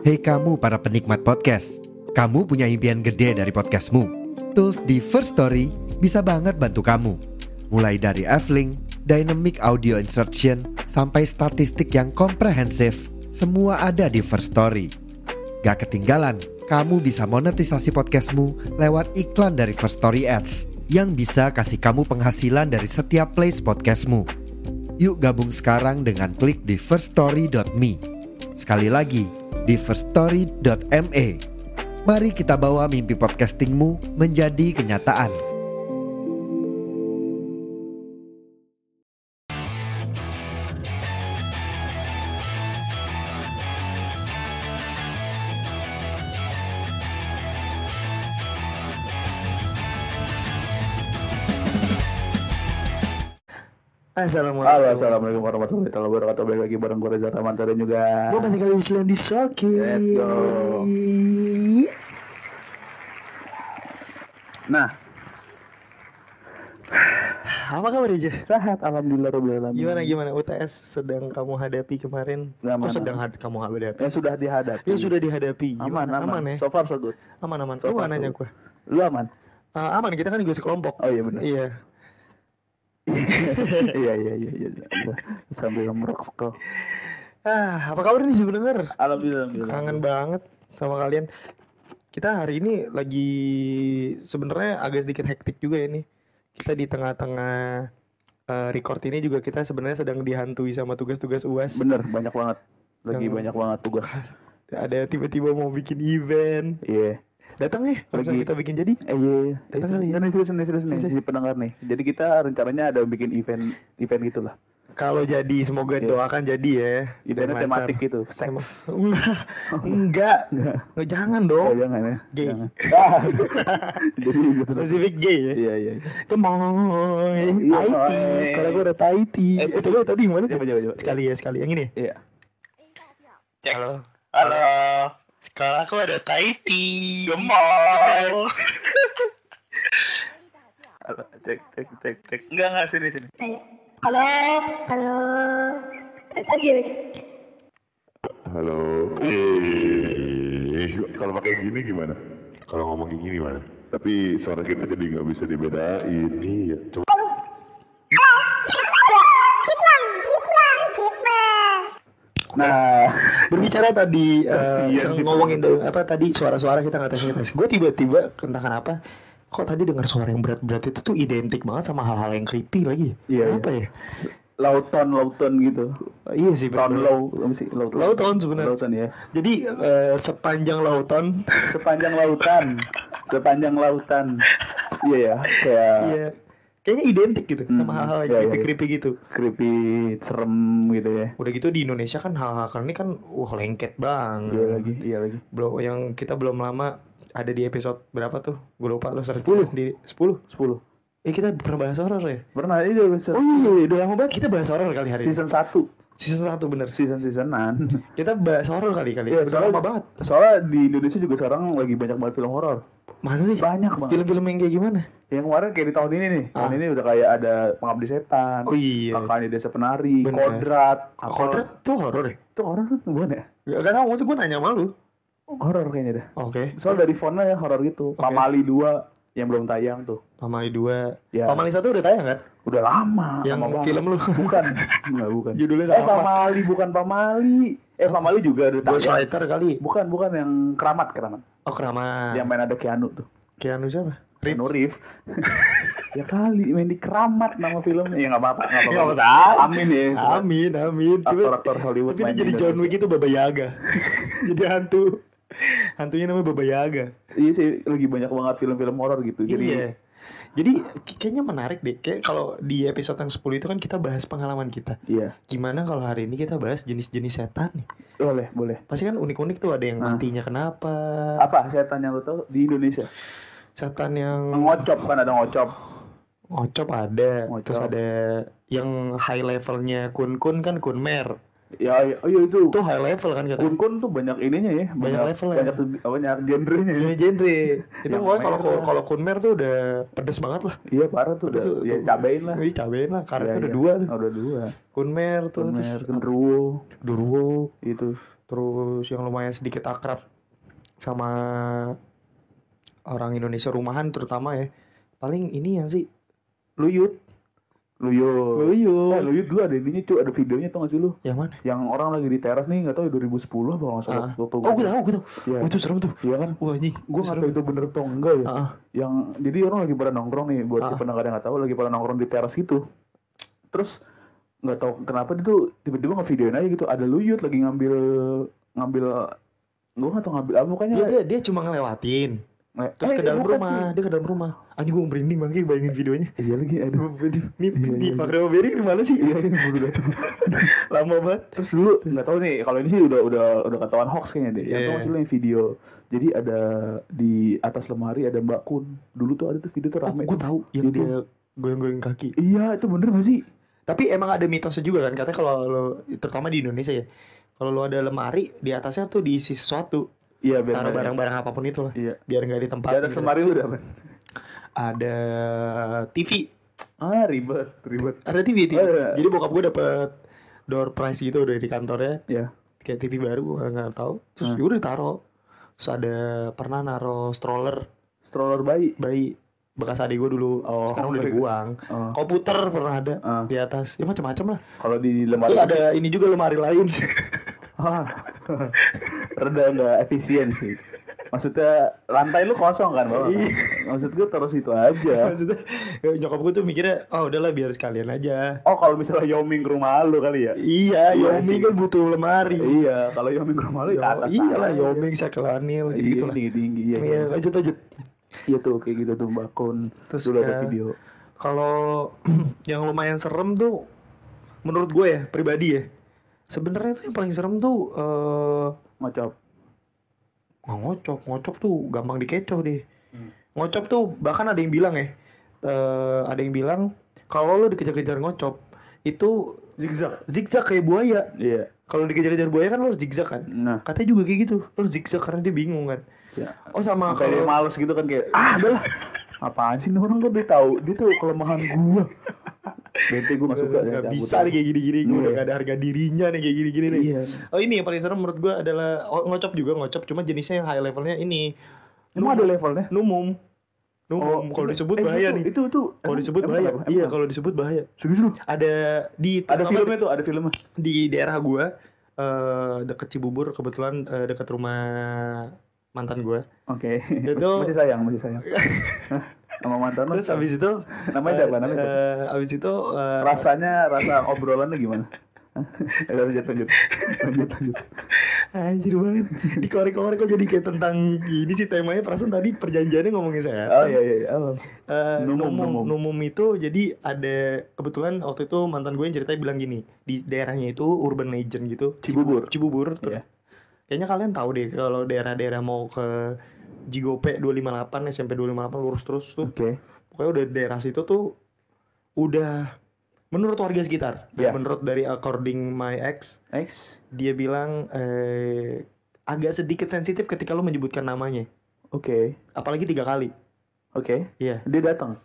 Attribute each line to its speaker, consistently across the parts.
Speaker 1: Hei kamu para penikmat podcast, kamu punya impian gede dari podcastmu. Tools di First Story bisa banget bantu kamu. Mulai dari F-Link, Dynamic Audio Insertion, sampai statistik yang komprehensif, semua ada di First Story. Gak ketinggalan, kamu bisa monetisasi podcastmu lewat iklan dari First Story Ads yang bisa kasih kamu penghasilan dari setiap plays podcastmu. Yuk gabung sekarang dengan klik di firststory.me. Sekali lagi, di firststory.me. Mari kita bawa mimpi podcastingmu menjadi kenyataan.
Speaker 2: Assalamualaikum warahmatullahi wabarakatuh. Balik lagi bareng gue Reza Tamanta dan juga
Speaker 3: gue Panti Kali Islan di Soki.
Speaker 2: Let's go. Nah,
Speaker 3: apa kabar aja?
Speaker 2: sehat alhamdulillah rabbil alamin.
Speaker 3: Gimana UTS sedang kamu hadapi kemarin? Kamu hadapi?
Speaker 2: Ya sudah dihadapi.
Speaker 3: Ya sudah dihadapi.
Speaker 2: Aman
Speaker 3: ya?
Speaker 2: So far so good.
Speaker 3: Aman.
Speaker 2: So
Speaker 3: Lu
Speaker 2: far,
Speaker 3: nanya
Speaker 2: so
Speaker 3: gue.
Speaker 2: Lu aman?
Speaker 3: Aman, kita kan juga sekelompok.
Speaker 2: Oh iya benar.
Speaker 3: Iya.
Speaker 2: Iya. Sambil merokok.
Speaker 3: Apa kabar nih sebenarnya?
Speaker 2: Alhamdulillah.
Speaker 3: Kangen banget sama kalian. Kita hari ini lagi sebenarnya agak sedikit hektik juga ya nih. Kita di tengah-tengah record ini juga kita sebenarnya sedang dihantui sama tugas-tugas UAS.
Speaker 2: Bener, banyak banget. Banyak banget tugas.
Speaker 3: Ada tiba-tiba mau bikin event.
Speaker 2: Iya.
Speaker 3: Datang nih,
Speaker 2: Lagi
Speaker 3: kita bikin jadi.
Speaker 2: Iya.
Speaker 3: Datang kali ya.
Speaker 2: Ini serius nih di pendengar nih. Jadi kita rencananya ada bikin event gitulah.
Speaker 3: Kalau jadi semoga
Speaker 2: Iya.
Speaker 3: doakan jadi ya.
Speaker 2: Eventnya
Speaker 3: Dan lancar.
Speaker 2: tematik gitu, seks.
Speaker 3: Enggak. Jangan
Speaker 2: Oh,
Speaker 3: dong.
Speaker 2: jangan ya.
Speaker 3: Gay.
Speaker 2: Jangan. Jadi gitu.
Speaker 3: Spesifik gay ya.
Speaker 2: Iya.
Speaker 3: Kemoy.
Speaker 2: Iya,
Speaker 3: Taiti.
Speaker 2: Moy.
Speaker 3: Sekarang gue udah Taiti. Coba tadi gimana?
Speaker 2: Coba.
Speaker 3: Sekali. Yang ini.
Speaker 2: Iya.
Speaker 3: Halo.
Speaker 4: Sekarang aku ada Taiti.
Speaker 2: Gemoy. Cek. Enggak sini.
Speaker 4: Halo. Lagi.
Speaker 5: Halo. Kalau pakai gini gimana? Kalau ngomong kayak gini gimana? Tapi suara kita jadi nggak bisa dibedain. Iya. Coba.
Speaker 2: Nah,
Speaker 3: Berbicara tadi
Speaker 2: Kasian sih,
Speaker 3: ngomongin tadi suara-suara kita nggak tes. Gue tiba-tiba entah kenapa kok tadi dengar suara yang berat-berat itu tuh identik banget sama hal-hal yang creepy lagi.
Speaker 2: Iya.
Speaker 3: Apa ya?
Speaker 2: lauton gitu.
Speaker 3: Iya sih
Speaker 2: Tahun
Speaker 3: bener.
Speaker 2: apa sih?
Speaker 3: Lauton sebenarnya.
Speaker 2: Lauton ya.
Speaker 3: Jadi sepanjang lautan.
Speaker 2: Sepanjang lautan. Iya ya, kayak
Speaker 3: Iya. Kayaknya identik gitu sama hal-hal yang
Speaker 2: iya.
Speaker 3: creepy gitu.
Speaker 2: creepy, serem gitu ya.
Speaker 3: Udah gitu di Indonesia kan hal-hal ini kan lengket banget.
Speaker 2: Iya lagi.
Speaker 3: Belum yang kita belum lama ada di episode berapa tuh? Gue lupa, lo search sendiri. 10.
Speaker 2: 10.
Speaker 3: Kita pernah bahas horor ya?
Speaker 2: Pernah itu
Speaker 3: Oh iya, udah lama banget kita bahas horor kali hari ini.
Speaker 2: season 1.
Speaker 3: Season 1 bener.
Speaker 2: Season-seasonan.
Speaker 3: Kita bahas horor kali.
Speaker 2: Iya,
Speaker 3: Udah lama banget.
Speaker 2: Soalnya di Indonesia juga sekarang lagi banyak banget film horor.
Speaker 3: Masa sih?
Speaker 2: Banyak banget.
Speaker 3: Film-film yang kayak gimana?
Speaker 2: Yang kemarin kayak di tahun ini nih. Tahun ini udah kayak ada Pengabdi Setan.
Speaker 3: Oh iya.
Speaker 2: Kakaknya Desa Penari,
Speaker 3: Bener.
Speaker 2: Kodrat.
Speaker 3: Kodrat tuh horor ya?
Speaker 2: Itu horor kan bukan ya?
Speaker 3: Gak tau, maksud gue nanya sama lu.
Speaker 2: Horor kayaknya deh.
Speaker 3: Oke.
Speaker 2: Soal dari fontnya ya horor gitu.
Speaker 3: Oke.
Speaker 2: Pamali 2 yang belum tayang tuh.
Speaker 3: Pamali 2.
Speaker 2: Ya.
Speaker 3: Pamali 1 udah tayang kan?
Speaker 2: Udah lama.
Speaker 3: Yang
Speaker 2: lama banget.
Speaker 3: film lu.
Speaker 2: Bukan. Enggak, bukan.
Speaker 3: Judulnya sama.
Speaker 2: Pamali bukan Pamali. Pamali juga udah tayang.
Speaker 3: Ghostwriter kali.
Speaker 2: Bukan yang Keramat.
Speaker 3: Oh, Keramat.
Speaker 2: Yang main ada Keanu tuh.
Speaker 3: Keanu siapa?
Speaker 2: Keanu Reeves. Ya kali main di Keramat nama filmnya. Ya enggak apa-apa.
Speaker 3: Nggak apa-apa.
Speaker 2: Amin ya.
Speaker 3: Amin.
Speaker 2: Aktor-aktor Hollywood
Speaker 3: Tapi dia
Speaker 2: main
Speaker 3: jadi
Speaker 2: di
Speaker 3: John
Speaker 2: Indonesia.
Speaker 3: Wick itu Baba Yaga. Jadi hantu. Hantunya namanya Baba Yaga.
Speaker 2: Iya sih, lagi banyak banget film-film horor gitu.
Speaker 3: Jadi kayaknya menarik deh. Kayak kalau di episode yang 10 itu kan kita bahas pengalaman kita.
Speaker 2: Iya.
Speaker 3: Gimana kalau hari ini kita bahas jenis-jenis setan nih?
Speaker 2: Boleh.
Speaker 3: Pasti kan unik-unik tuh, ada yang matinya kenapa?
Speaker 2: Apa setan yang lo tau di Indonesia?
Speaker 3: Setan yang
Speaker 2: Ngocop kan ada ngocop.
Speaker 3: ngocop ada.
Speaker 2: Ngocop.
Speaker 3: Terus ada yang high levelnya kun-kun kan kunmer.
Speaker 2: Ya, iya itu.
Speaker 3: Itu high level kan katanya.
Speaker 2: Kun-kun tuh banyak ininya ya,
Speaker 3: Banyak level ya.
Speaker 2: banyak genrenya ya.
Speaker 3: Ini genre. Itu
Speaker 2: Yang
Speaker 3: pokoknya
Speaker 2: merah.
Speaker 3: kalau kunmer tuh udah pedes banget lah.
Speaker 2: Iya parah tuh udah.
Speaker 3: Pedes tuh.
Speaker 2: Ya cabain lah.
Speaker 3: Cabain lah. Karetnya
Speaker 2: Iya,
Speaker 3: udah
Speaker 2: iya.
Speaker 3: 2 tuh.
Speaker 2: Oh, udah 2.
Speaker 3: Kunmer tuh.
Speaker 2: Kunmer,
Speaker 3: Terus
Speaker 2: genderuwo.
Speaker 3: Durwo.
Speaker 2: Iya gitu.
Speaker 3: Terus yang lumayan sedikit akrab sama orang Indonesia rumahan terutama ya. Paling ini yang sih Luyut.
Speaker 2: Luyut.
Speaker 3: Luyut.
Speaker 2: Luyut dulu ada ininya cuy, ada videonya tau gak sih lu?
Speaker 3: Yang mana?
Speaker 2: Yang orang lagi di teras nih, gak tau ya 2010 apa nggak salah.
Speaker 3: Oh, gue tahu.
Speaker 2: Iya.
Speaker 3: Oh, itu serem tuh.
Speaker 2: Iya kan?
Speaker 3: Wah, anjing.
Speaker 2: Gue nggak tahu itu bener atau enggak ya.
Speaker 3: Heeh.
Speaker 2: Yang jadi orang lagi pada nongkrong nih, buat si pendengar yang nggak tahu, lagi pada nongkrong di teras gitu. Terus nggak tahu kenapa dia tuh tiba-tiba ngevideoin aja gitu, ada Luyut lagi ngambil, gue nggak tahu ngambil apa pokoknya.
Speaker 3: Dia cuma ngelewatin. Terus ke dalam rumah, dia ke dalam rumah. Anjing gue merinding banget bayangin videonya.
Speaker 2: Iya lagi, aduh.
Speaker 3: Nih Pak Remo Beri di mana sih?
Speaker 2: Iya, bodoh banget.
Speaker 3: Lama banget.
Speaker 2: Terus dulu nggak tahu nih, kalau ini sih udah ketahuan hoax kayaknya deh. Yang tahu masih yang video. Jadi ada di atas lemari ada Mbak Kun. Dulu tuh ada tuh video tuh rame.
Speaker 3: Gue tahu yang dia goyang-goyang kaki.
Speaker 2: Iya, itu bener nggak sih?
Speaker 3: Tapi emang ada mitosnya juga kan, katanya kalau lo, terutama di Indonesia ya, kalau lo ada lemari di atasnya tuh diisi sesuatu.
Speaker 2: Iya,
Speaker 3: taruh barang-barang apapun itu lah.
Speaker 2: Iya.
Speaker 3: Biar nggak di tempat.
Speaker 2: Ada lemari lu udah apa?
Speaker 3: Ada TV.
Speaker 2: Ribet.
Speaker 3: Ada TV.
Speaker 2: Ada.
Speaker 3: Jadi bokap gue dapet door prize gitu dari kantornya.
Speaker 2: Iya.
Speaker 3: Kayak TV baru gue nggak tahu. Terus udah taruh. Terus ada pernah naruh stroller bayi bekas adik gue dulu. Sekarang udah dibuang. Komputer pernah ada di atas. Ya macam-macam lah.
Speaker 2: Kalau di lemari
Speaker 3: terus ada ini juga lemari lain.
Speaker 2: Rada nggak efisien sih. Maksudnya lantai lu kosong kan bawah. Maksud gue terus itu aja.
Speaker 3: Maksudnya nyokap gue tuh mikirnya udahlah biar sekalian aja.
Speaker 2: Kalau misalnya Yoming ke rumah lu kali ya.
Speaker 3: Iya, Yoming kan butuh lemari.
Speaker 2: Iya, kalau Yoming ke rumah lu ya atas.
Speaker 3: Iyalah Yoming Syakelanil gitu lah.
Speaker 2: Tinggi.
Speaker 3: Iya, lanjut.
Speaker 2: Iya tuh kayak gitu tuh Mbak Kun.
Speaker 3: Terus
Speaker 2: dulu ada video.
Speaker 3: Kalau yang lumayan serem tuh menurut gue ya pribadi ya. Sebenarnya tuh yang paling serem tuh ngocop tuh gampang dikecoh deh. Ngocop tuh bahkan ada yang bilang ya, kalau lo dikejar-kejar ngocop itu zigzag kayak buaya.
Speaker 2: Iya.
Speaker 3: Kalau dikejar-kejar buaya kan lo harus zigzag kan.
Speaker 2: Nah.
Speaker 3: Katanya juga kayak gitu, lo harus zigzag karena dia bingung kan.
Speaker 2: Ya.
Speaker 3: Sama
Speaker 2: kalau dia males gitu kan kayak adalah apaan sih orang tuh dia tahu dia tuh kelemahan gua. Bete gue gak suka ya.
Speaker 3: Gak bisa nih kayak gini-gini. Gue udah gak ada harga dirinya nih kayak gini-gini nih.
Speaker 2: Iya.
Speaker 3: Ini yang paling serem menurut gue adalah ngocop. Cuma jenisnya yang high levelnya ini.
Speaker 2: Emang ada levelnya?
Speaker 3: Numum. Kalau disebut bahaya nih.
Speaker 2: Itu
Speaker 3: kalau disebut bahaya. Iya, kalau disebut bahaya.
Speaker 2: Serius?
Speaker 3: Ada
Speaker 2: filmnya tuh, ada filmnya.
Speaker 3: Di daerah gue deket Cibubur, kebetulan deket rumah mantan gue.
Speaker 2: Oke.
Speaker 3: Itu
Speaker 2: masih sayang. Sama mantan lo.
Speaker 3: Terus abis itu
Speaker 2: namanya siapa?
Speaker 3: Abis itu
Speaker 2: rasa obrolannya gimana? Lanjut.
Speaker 3: Anjir banget. Dikorek-korek kok jadi kayak tentang gini sih temanya. Perasaan tadi perjanjiannya ngomongin saya.
Speaker 2: Oh iya.
Speaker 3: Numum itu jadi ada kebetulan waktu itu mantan gue yang ceritanya bilang gini, di daerahnya itu urban legend gitu. Cibubur.
Speaker 2: Iya.
Speaker 3: Kayaknya kalian tahu deh kalau daerah-daerah mau ke Jigope 258 SMP 258 lurus terus tuh.
Speaker 2: Oke.
Speaker 3: Pokoknya udah daerah situ tuh udah menurut warga sekitar. Menurut dari according my ex, dia bilang agak sedikit sensitif ketika lo menyebutkan namanya.
Speaker 2: Oke.
Speaker 3: Apalagi 3 kali.
Speaker 2: Oke.
Speaker 3: Iya.
Speaker 2: Dia datang.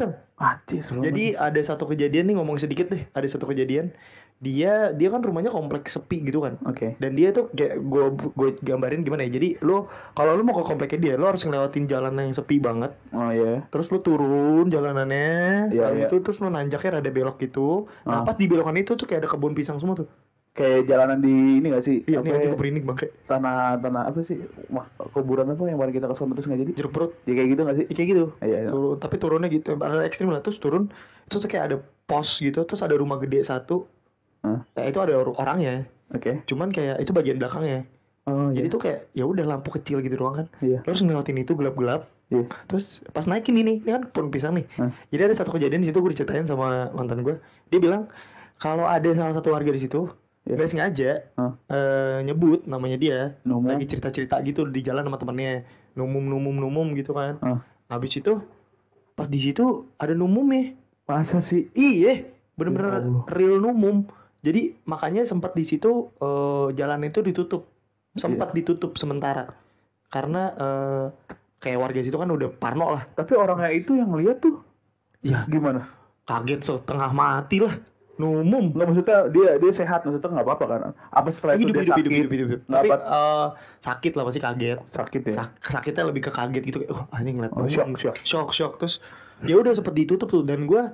Speaker 3: Jadi ada satu kejadian nih, ngomong sedikit deh. Ada satu kejadian. Dia kan rumahnya kompleks sepi gitu kan.
Speaker 2: Oke.
Speaker 3: Dan dia tuh kayak gue gambarin gimana ya. Jadi kalau lo mau ke kompleknya dia, lo harus ngelewatin jalan yang sepi banget.
Speaker 2: Oh iya.
Speaker 3: Terus lo turun jalanannya.
Speaker 2: Iya.
Speaker 3: Itu terus lo nanjaknya rada belok gitu. Nah pas di belokan itu tuh kayak ada kebun pisang semua tuh.
Speaker 2: Kayak jalanan di ini gak sih?
Speaker 3: Iya, ini itu berinik bangke.
Speaker 2: Tanah apa sih? Kuburan apa yang kemarin kita kesana terus nggak jadi?
Speaker 3: Jeruk perut.
Speaker 2: Ya kayak gitu nggak sih?
Speaker 3: Kayak gitu.
Speaker 2: Iya.
Speaker 3: Turun, tapi turunnya gitu, ada ekstrim lah. Terus turun, terus kayak ada pos gitu, terus ada rumah gede satu. Itu ada orangnya.
Speaker 2: Oke.
Speaker 3: Cuman kayak itu bagian belakangnya.
Speaker 2: Oh,
Speaker 3: jadi tuh kayak ya udah lampu kecil gitu doang kan.
Speaker 2: Iya.
Speaker 3: Terus ngelewatin itu gelap-gelap.
Speaker 2: Iya.
Speaker 3: Terus pas naikin ini kan pohon pisang nih. Jadi ada satu kejadian di situ gue diceritain sama mantan gue. Dia bilang kalau ada salah satu warga di situ nggak sengaja nyebut namanya dia, lagi cerita-cerita gitu di jalan sama temannya, numum gitu kan. Habis itu pas di situ ada numumnya.
Speaker 2: Masa sih?
Speaker 3: Iya, bener-bener real numum. Jadi makanya sempat di situ jalan itu ditutup, ditutup sementara karena kayak warga situ kan udah parno lah.
Speaker 2: Tapi orangnya itu yang lihat tuh,
Speaker 3: ya
Speaker 2: gimana?
Speaker 3: Kaget setengah mati lah. Numum.
Speaker 2: Nggak, maksudnya dia sehat, maksudnya nggak apa-apa kan? Apa setelah itu dia sakit?
Speaker 3: Hidup.
Speaker 2: Nggak
Speaker 3: Tapi
Speaker 2: apa-
Speaker 3: sakit lah, pasti kaget.
Speaker 2: sakit ya.
Speaker 3: Sakitnya lebih ke kaget gitu, kayak anjing ngeliat
Speaker 2: Oh,
Speaker 3: Numum. Shock. Terus ya udah sempet ditutup tuh, dan gue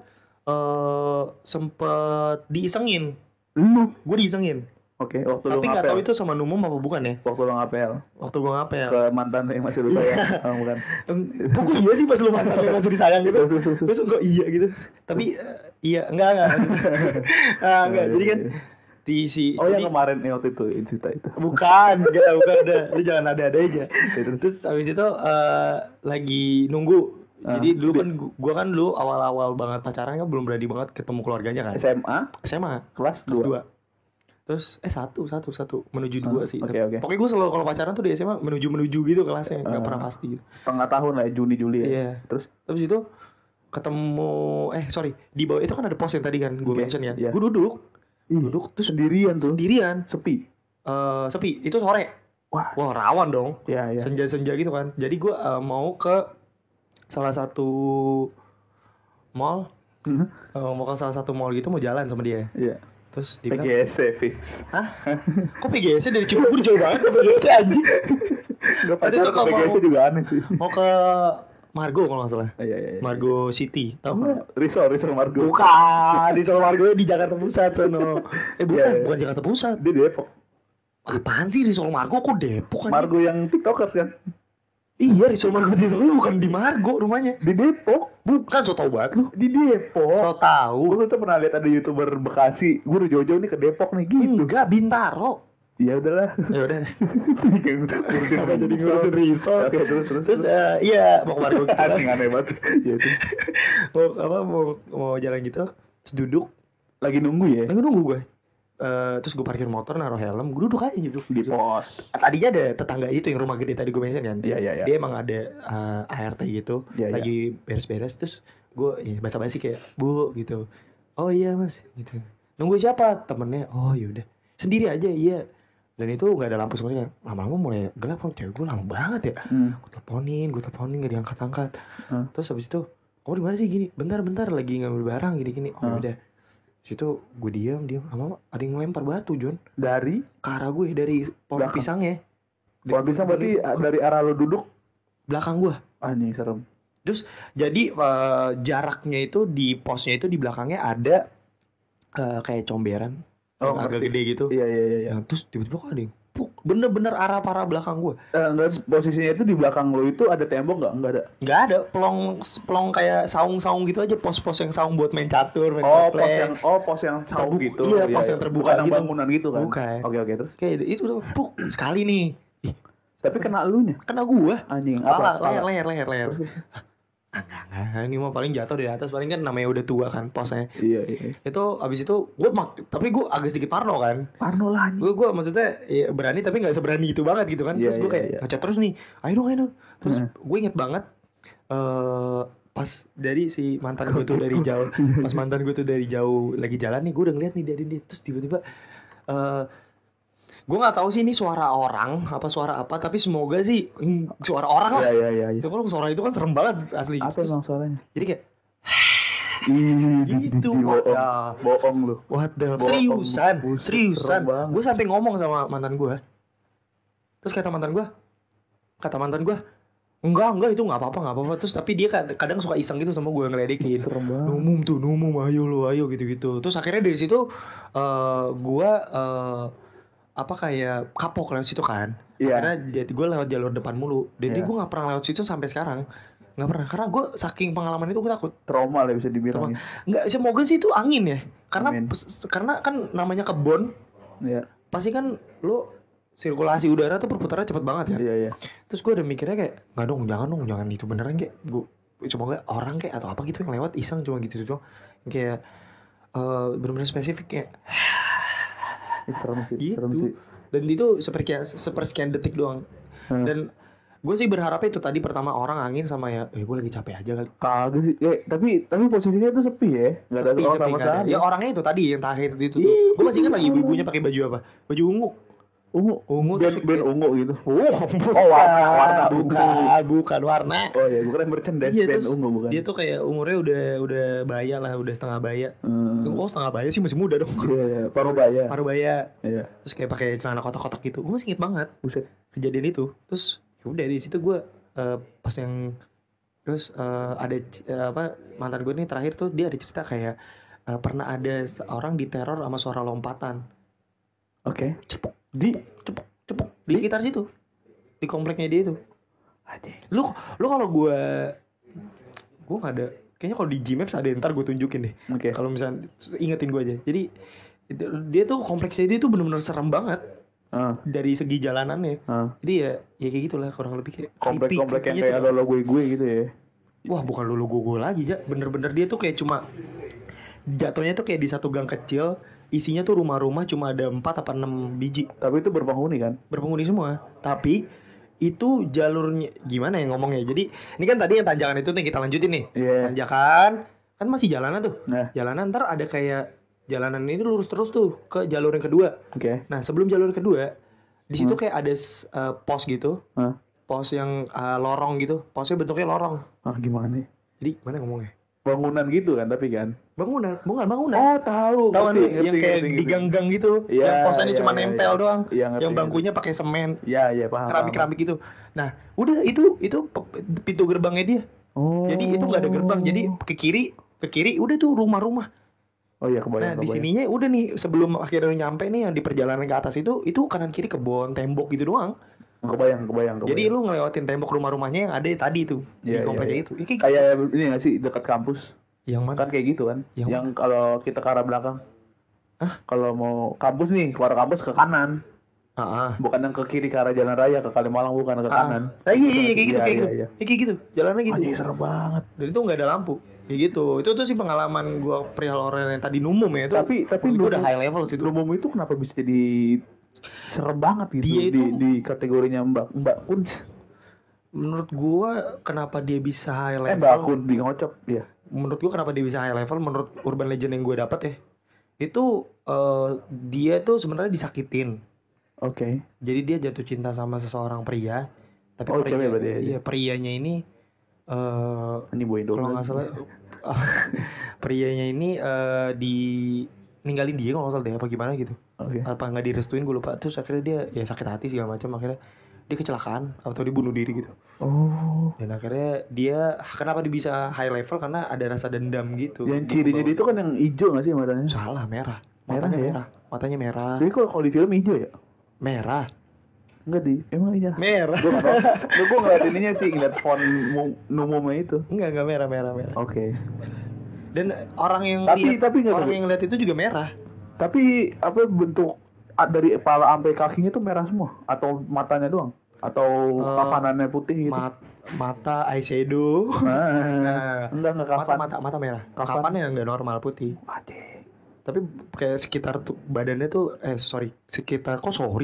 Speaker 3: sempet diisengin. Gue diisengin.
Speaker 2: Oke, waktu lu
Speaker 3: Tapi nggak tahu
Speaker 2: ngapel.
Speaker 3: itu sama Numum apa bukan ya?
Speaker 2: Waktu lu ngapel
Speaker 3: Waktu gue ngapel.
Speaker 2: ke mantan yang masih lu sayang. Oh, bukan.
Speaker 3: Kok gue iya sih pas lu mantan lu masih disayang gitu.
Speaker 2: Terus.
Speaker 3: Terus kok iya gitu. Tapi iya enggak. Enggak. Jadi kan di si
Speaker 2: Oh,
Speaker 3: jadi-
Speaker 2: yang kemarin nih waktu itu cerita itu.
Speaker 3: bukan ada. Lu jangan ada aja. Terus habis itu lagi nunggu. Jadi dulu kan gua kan dulu awal-awal banget pacaran kan belum berani banget ketemu keluarganya kan. SMA
Speaker 2: kelas
Speaker 3: kelas
Speaker 2: 2.
Speaker 3: 2. Terus satu menuju 2 sih.
Speaker 2: Oke.
Speaker 3: Pokoknya gue selalu kalau pacaran tuh di SMA menuju gitu kelasnya, enggak pernah pasti gitu.
Speaker 2: Tengah tahun lah ya, Juni-Juli ya.
Speaker 3: Iya.
Speaker 2: Terus
Speaker 3: Habis itu ketemu di bawah itu kan ada pos yang tadi kan gue
Speaker 2: Oke,
Speaker 3: mention kan.
Speaker 2: iya.
Speaker 3: Gue duduk terus
Speaker 2: sendirian tuh.
Speaker 3: sendirian.
Speaker 2: Sepi.
Speaker 3: Sepi. Itu sore. Wah, rawan dong.
Speaker 2: Iya.
Speaker 3: Senja-senja gitu kan. Jadi gue mau ke salah satu mall. Mau ke salah satu mall gitu, mau jalan sama dia.
Speaker 2: Iya.
Speaker 3: Terus dia bilang,
Speaker 2: PGS fix.
Speaker 3: hah? Kok PGS dari Cibubur jauh banget ke PGS anjing?
Speaker 2: Enggak
Speaker 3: Tadi
Speaker 2: pacaran
Speaker 3: tuh
Speaker 2: ke
Speaker 3: kalau
Speaker 2: PGS juga aneh sih.
Speaker 3: Mau ke Margo kalau nggak salah.
Speaker 2: Iya.
Speaker 3: Margo City. Tahu nggak?
Speaker 2: Risol Margo.
Speaker 3: Bukan, di Solo Margo di Jakarta Pusat sono.
Speaker 2: Iya.
Speaker 3: Bukan Jakarta Pusat.
Speaker 2: Dia Depok.
Speaker 3: Apaan sih di Solo Margo kok Depok kan?
Speaker 2: Margo yang TikTokers kan.
Speaker 3: Iya, di Solo Margo itu bukan di Margo rumahnya.
Speaker 2: Di Depok.
Speaker 3: Bukan, so tau banget lu.
Speaker 2: Di Depok.
Speaker 3: So tahu.
Speaker 2: Gue tuh pernah lihat ada YouTuber Bekasi. Gue udah jauh-jauh nih ke Depok nih gitu.
Speaker 3: Enggak, Bintaro.
Speaker 2: Ya udahlah.
Speaker 3: Ya udah.
Speaker 2: Kenapa
Speaker 3: jadi ngurusin risol?
Speaker 2: Oke, terus.
Speaker 3: Terus iya mau ke Margo gitu.
Speaker 2: Aneh banget. Ya itu.
Speaker 3: Mau jalan gitu, terus duduk.
Speaker 2: Lagi nunggu ya
Speaker 3: Lagi nunggu gue. Terus gue parkir motor, naruh helm, gue duduk aja gitu.
Speaker 2: di pos.
Speaker 3: Tadinya ada tetangga itu yang rumah gede tadi gue mention kan.
Speaker 2: Iya.
Speaker 3: Dia emang ada ART gitu,
Speaker 2: Iya.
Speaker 3: lagi beres-beres. Terus gue basa-basi kayak, bu gitu. Oh iya mas gitu. Nunggu siapa? Temennya. Oh yaudah, sendiri aja. Iya. Dan itu nggak ada lampu sama sekali. Lama-lama mulai gelap, cewek gue lama banget ya. Gue teleponin nggak diangkat-angkat. Terus habis itu, kamu di mana sih gini? Bentar lagi ngambil barang gini-gini. Oh udah. Situ gue diam lama ada yang ngelempar batu John
Speaker 2: Dari
Speaker 3: ke arah gue dari pohon
Speaker 2: Belakang.
Speaker 3: pisangnya.
Speaker 2: pohon pisang berarti dari arah lo duduk.
Speaker 3: Belakang gue.
Speaker 2: Anjing serem.
Speaker 3: Terus jadi jaraknya itu di posnya itu di belakangnya ada kayak comberan yang agak
Speaker 2: ngerti.
Speaker 3: gede gitu.
Speaker 2: Iya.
Speaker 3: Nah, terus tiba-tiba kok ada yang bener-bener arah belakang gue.
Speaker 2: Enggak, posisinya itu di belakang lo itu ada tembok nggak? Enggak ada.
Speaker 3: Nggak ada pelong kayak saung-saung gitu aja, pos-pos yang saung buat main catur, main
Speaker 2: Oh,
Speaker 3: keplek.
Speaker 2: pos yang saung
Speaker 3: Terbuka.
Speaker 2: gitu.
Speaker 3: Iya, pos yang terbuka
Speaker 2: Bukan yang
Speaker 3: gitu.
Speaker 2: bangunan gitu kan.
Speaker 3: Bukan.
Speaker 2: Oke, terus.
Speaker 3: Kayak itu sekali nih.
Speaker 2: Tapi kena elunya.
Speaker 3: Kena gua.
Speaker 2: Anjing,
Speaker 3: Kepala,
Speaker 2: apa?
Speaker 3: leher. Enggak. Ini mah paling jatuh dari atas, paling kan namanya udah tua kan posnya.
Speaker 2: Iya.
Speaker 3: Itu abis itu tapi gue agak sedikit parno kan.
Speaker 2: Parno lah anjing.
Speaker 3: Gue maksudnya ya, berani tapi nggak seberani itu banget gitu kan.
Speaker 2: Iya,
Speaker 3: Terus gue kayak
Speaker 2: iya.
Speaker 3: ngechat terus nih, ayo dong. Terus gue inget banget pas dari si mantan gue tuh dari jauh, pas mantan gue tuh dari jauh lagi jalan nih, gue udah ngeliat nih dari dia. Terus tiba-tiba gue nggak tahu sih ini suara orang apa suara apa, tapi semoga sih suara orang lah.
Speaker 2: Iya.
Speaker 3: Itu kalau suara itu kan serem banget asli.
Speaker 2: Apa
Speaker 3: Terus,
Speaker 2: emang suaranya?
Speaker 3: jadi kayak
Speaker 2: Gitu. Bohong lu.
Speaker 3: what the
Speaker 2: Bohong.
Speaker 3: seriusan
Speaker 2: Buset,
Speaker 3: seriusan
Speaker 2: serem banget.
Speaker 3: gue sampai ngomong sama mantan gue. Terus kata mantan gue enggak itu nggak apa-apa. Terus tapi dia kadang suka iseng gitu sama gue, ngeledekin.
Speaker 2: Serem banget.
Speaker 3: Numum ayo gitu. Terus akhirnya dari situ gue kayak kapok lewat situ kan.
Speaker 2: Iya.
Speaker 3: Karena jadi gue lewat jalur depan mulu. Jadi
Speaker 2: Iya.
Speaker 3: gue nggak pernah lewat situ sampai sekarang. Nggak pernah, karena gue saking pengalaman itu gue takut.
Speaker 2: Trauma lah bisa dibilang.
Speaker 3: Nggak, semoga sih itu angin ya. Karena
Speaker 2: Amin.
Speaker 3: karena kan namanya kebon,
Speaker 2: Iya.
Speaker 3: pasti kan lo sirkulasi udara tuh perputarannya cepet banget kan.
Speaker 2: Iya.
Speaker 3: Terus gue udah mikirnya kayak nggak dong, jangan itu beneran kayak gue cuma nggak orang kayak atau apa gitu yang lewat iseng cuma gitu doang. Kayak bener-bener spesifik kayak
Speaker 2: Serem sih.
Speaker 3: gitu.
Speaker 2: Serem sih.
Speaker 3: Dan itu sepersekian detik doang. Dan gue sih berharapnya itu tadi pertama orang angin sama ya gue lagi capek aja kali.
Speaker 2: Kagak sih. Tapi posisinya itu sepi ya. Enggak ada
Speaker 3: Sepi,
Speaker 2: orang sama
Speaker 3: nggak ada.
Speaker 2: sekali.
Speaker 3: Ya orangnya itu tadi yang terakhir itu tuh. Gue masih ingat lagi ibu-ibunya pakai baju apa? Baju ungu. Ungu
Speaker 2: band ungu gitu.
Speaker 3: Oh,
Speaker 2: warna
Speaker 3: bukan warna.
Speaker 2: Oh ya, bukan merchandise
Speaker 3: Iya,
Speaker 2: band
Speaker 3: terus
Speaker 2: ungu bukan.
Speaker 3: dia tuh kayak umurnya udah baya lah, udah setengah baya. Kok setengah baya sih, masih muda dong.
Speaker 2: Iya, paruh baya.
Speaker 3: Paruh baya.
Speaker 2: Iya.
Speaker 3: Terus kayak pakai celana kotak-kotak gitu. Gue masih inget banget
Speaker 2: Buset.
Speaker 3: kejadian itu. Terus udah di situ gue pas yang terus ada mantan gue nih terakhir tuh dia ada cerita kayak pernah ada seorang diteror sama suara lompatan.
Speaker 2: Oke.
Speaker 3: Cepuk
Speaker 2: Di
Speaker 3: di sekitar situ, di kompleknya dia itu.
Speaker 2: Anjing.
Speaker 3: Lu kalau gue nggak ada, kayaknya kalau di Gmaps ada, ntar gue tunjukin deh.
Speaker 2: Oke.
Speaker 3: Kalau misalnya ingetin gue aja. Jadi dia tuh kompleksnya dia tuh bener-bener serem banget dari segi jalanannya. Jadi ya kayak gitulah kurang lebih kayak
Speaker 2: Komplek-komplek yang
Speaker 3: creepy
Speaker 2: kayak
Speaker 3: gitu.
Speaker 2: ada logo gue gitu ya.
Speaker 3: Wah, bukan logo lagi, Ja. Bener-bener dia tuh kayak cuma jatuhnya tuh kayak di satu gang kecil, isinya tuh rumah-rumah cuma ada 4 apa 6 biji.
Speaker 2: Tapi itu berpenghuni kan?
Speaker 3: Berpenghuni semua. Tapi itu jalurnya gimana ya ngomongnya. Jadi ini kan tadi yang tanjakan itu nih kita lanjutin nih.
Speaker 2: Iya.
Speaker 3: Tanjakan kan masih jalanan tuh.
Speaker 2: Nah.
Speaker 3: Jalanan ntar ada kayak jalanan ini lurus terus tuh ke jalur yang kedua.
Speaker 2: Oke.
Speaker 3: Nah, sebelum jalur kedua di situ kayak ada pos gitu. Pos yang lorong gitu. Posnya bentuknya lorong.
Speaker 2: Gimana nih?
Speaker 3: Jadi gimana ngomongnya?
Speaker 2: Bangunan gitu kan tapi kan.
Speaker 3: Bangunan.
Speaker 2: Oh, tahu.
Speaker 3: Tahu kan
Speaker 2: Ngerti,
Speaker 3: yang kayak
Speaker 2: ngerti.
Speaker 3: di gang-gang gitu,
Speaker 2: Iya,
Speaker 3: yang posannya
Speaker 2: iya,
Speaker 3: cuma
Speaker 2: iya,
Speaker 3: nempel
Speaker 2: iya.
Speaker 3: doang,
Speaker 2: Iya, ngerti,
Speaker 3: yang bangkunya pakai semen,
Speaker 2: Iya, paham.
Speaker 3: keramik-keramik gitu. Nah, udah itu pintu gerbangnya dia.
Speaker 2: Oh.
Speaker 3: Jadi itu nggak ada gerbang, jadi ke kiri udah tuh rumah-rumah.
Speaker 2: Oh iya, kebayang.
Speaker 3: Nah, di sininya udah nih sebelum akhirnya nyampe nih yang di perjalanan ke atas itu kanan kiri kebon, tembok gitu doang.
Speaker 2: Kebayang.
Speaker 3: Jadi lu ngelewatin tembok rumah-rumahnya yang ada tadi tuh di
Speaker 2: Iya,
Speaker 3: kompleknya
Speaker 2: iya.
Speaker 3: itu. Ya,
Speaker 2: Kayak ini nggak sih dekat kampus?
Speaker 3: yang mana?
Speaker 2: Kan kayak gitu kan?
Speaker 3: Yang
Speaker 2: kalau kita ke arah belakang.
Speaker 3: Hah?
Speaker 2: Kalau mau kampus nih, keluar kampus ke kanan. Bukan yang ke kiri ke arah jalan raya ke Kalimalang, bukan ke kanan.
Speaker 3: Nah, iya kayak gitu,
Speaker 2: Iya,
Speaker 3: kayak gitu.
Speaker 2: iya.
Speaker 3: Ya, kayak gitu. Jalannya gitu.
Speaker 2: Anjing, serem banget.
Speaker 3: Dan itu nggak ada lampu. Kayak gitu. Itu tuh sih pengalaman gua perihal orang yang tadi numum ya itu.
Speaker 2: Tapi
Speaker 3: itu udah high level sih itu.
Speaker 2: Lumum itu kenapa bisa jadi serem banget gitu
Speaker 3: Dia itu-
Speaker 2: di kategorinya Mbak Kuns.
Speaker 3: Menurut gua kenapa dia bisa high level?
Speaker 2: Mbak Kun di ngocok ya.
Speaker 3: Menurut gua kenapa dia bisa high level? Menurut urban legend yang gue dapat ya, itu dia tuh sebenarnya disakitin.
Speaker 2: Oke.
Speaker 3: Jadi dia jatuh cinta sama seseorang pria. Tapi
Speaker 2: Cewek berarti ya?
Speaker 3: iya, prianya ini
Speaker 2: Ini boy
Speaker 3: kalau nggak salah prianya ini ninggalin dia kalau nggak salah deh apa gimana gitu.
Speaker 2: Oke.
Speaker 3: Apa nggak direstuin gue lupa. Terus akhirnya dia ya sakit hati segala macam, akhirnya dia kecelakaan atau dia bunuh diri gitu.
Speaker 2: Oh.
Speaker 3: Dan akhirnya dia kenapa dia bisa high level karena ada rasa dendam gitu.
Speaker 2: Yang cirinya dia itu kan yang hijau nggak sih matanya?
Speaker 3: salah, merah.
Speaker 2: Merah
Speaker 3: Matanya
Speaker 2: ya?
Speaker 3: merah. Matanya merah.
Speaker 2: Jadi kalau di film hijau ya?
Speaker 3: Merah.
Speaker 2: Enggak di, emang iya.
Speaker 3: Merah.
Speaker 2: Gue ngeliat ininya sih, ngeliat font numumnya itu.
Speaker 3: Enggak merah.
Speaker 2: Oke.
Speaker 3: Dan orang yang
Speaker 2: Tapi nggak
Speaker 3: orang
Speaker 2: tahu.
Speaker 3: yang lihat itu juga merah.
Speaker 2: Tapi apa bentuk dari kepala sampai kakinya tuh merah semua atau matanya doang atau kafanannya putih gitu?
Speaker 3: Mata eyeshadow.
Speaker 2: Enggak kafan.
Speaker 3: Mata merah.
Speaker 2: Kafan.
Speaker 3: Kafannya enggak normal putih.
Speaker 2: Anjing.
Speaker 3: Tapi kayak sekitar tuh badannya tuh sekitar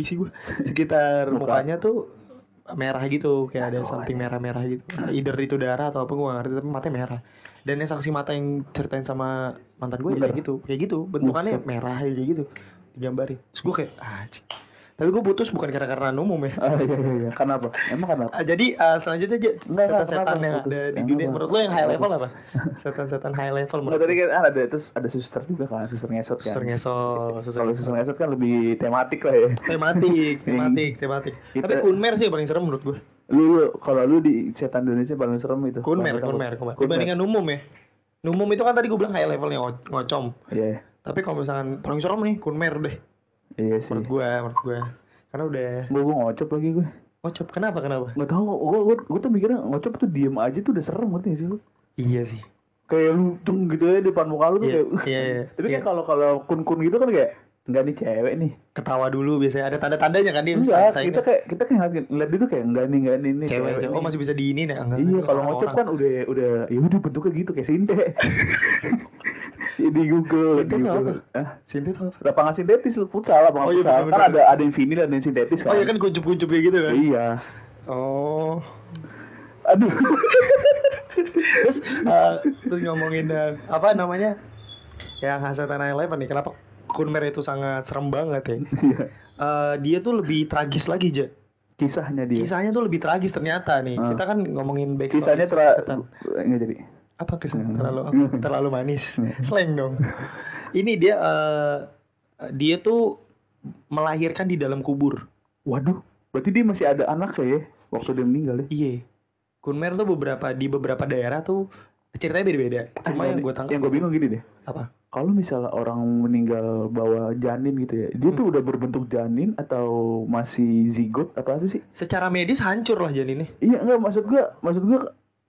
Speaker 3: sekitar
Speaker 2: Muka.
Speaker 3: mukanya tuh merah gitu, kayak ada something merah-merah gitu. Either itu darah atau apa gue gak ngerti, tapi matanya merah. Dan yang saksi mata yang ceritain sama mantan gue ya kayak gitu bentukannya merah kayak gitu digambarin. Terus gue kayak cik. Tapi gue putus bukan karena umum ya.
Speaker 2: Iya. Kenapa? Emang kenapa?
Speaker 3: Jadi selanjutnya aja setan-setan yang ada di dunia. Menurut lo yang high level apa? Setan-setan high level
Speaker 2: Enggak, tadi kan ada suster juga kan, suster ngesot kan.
Speaker 3: Suster ngesot.
Speaker 2: Kalau suster ngesot kan lebih tematik lah ya.
Speaker 3: Tematik. Tapi Kunmer sih yang paling serem menurut gue.
Speaker 2: Kalau lu di setan Indonesia paling serem itu.
Speaker 3: Kunmer. Dibandingkan umum ya. Umum itu kan tadi gue bilang high levelnya ngocom.
Speaker 2: Iya.
Speaker 3: Tapi kalau misalkan paling serem nih Kunmer deh.
Speaker 2: Iya sih.
Speaker 3: Menurut gue. Karena udah
Speaker 2: Gue ngocop lagi gue.
Speaker 3: ngocop. Kenapa?
Speaker 2: Nggak tahu. Gue tuh mikirnya ngocop tuh diem aja tuh udah serem ngerti nggak sih lu?
Speaker 3: Iya sih.
Speaker 2: Kayak lu tung gitu ya di depan muka lu tuh kayak.
Speaker 3: Iya.
Speaker 2: Tapi kan kalau kun gitu kan kayak enggak nih cewek nih.
Speaker 3: Ketawa dulu biasanya ada tanda-tandanya kan dia.
Speaker 2: Enggak,
Speaker 3: saing-
Speaker 2: kita kayak ngeliat dia tuh kayak enggak nih nih
Speaker 3: cewek.
Speaker 2: nih.
Speaker 3: Oh, masih bisa diinin ya? Enggak.
Speaker 2: Iya, kalau ngocop kan udah ya udah bentuknya gitu kayak sinte. Di Google.
Speaker 3: Sinte tuh apa? Sinte tuh apa?
Speaker 2: Lapangan sintetis lu futsal, lapangan
Speaker 3: Oh, iya,
Speaker 2: futsal. Kan
Speaker 3: bener-bener.
Speaker 2: ada yang vinil ada yang sintetis kan.
Speaker 3: Oh ya kan kuncup-kuncup kayak gitu kan?
Speaker 2: Iya.
Speaker 3: Oh.
Speaker 2: Aduh.
Speaker 3: Terus ngomongin apa namanya? Yang Hasan Tanah Eleven nih, kenapa Kunmer itu sangat serem banget ya.
Speaker 2: Iya.
Speaker 3: Dia tuh lebih tragis lagi, Ja.
Speaker 2: Kisahnya dia.
Speaker 3: Kisahnya tuh lebih tragis ternyata nih. Kita kan ngomongin backstory
Speaker 2: Kisahnya
Speaker 3: setan.
Speaker 2: enggak jadi.
Speaker 3: Apa kisahnya terlalu manis. Slang dong. Ini dia tuh melahirkan di dalam kubur.
Speaker 2: Waduh, berarti dia masih ada anak ya waktu dia meninggal ya?
Speaker 3: Iya. Kunmer tuh di beberapa daerah tuh ceritanya beda-beda. Cuma yang gue tangkap
Speaker 2: yang gue bingung gini deh.
Speaker 3: apa?
Speaker 2: Kalau misalnya orang meninggal bawa janin gitu ya, dia tuh udah berbentuk janin atau masih zigot atau apa sih?
Speaker 3: Secara medis hancur lah janinnya.
Speaker 2: Iya enggak, maksud gue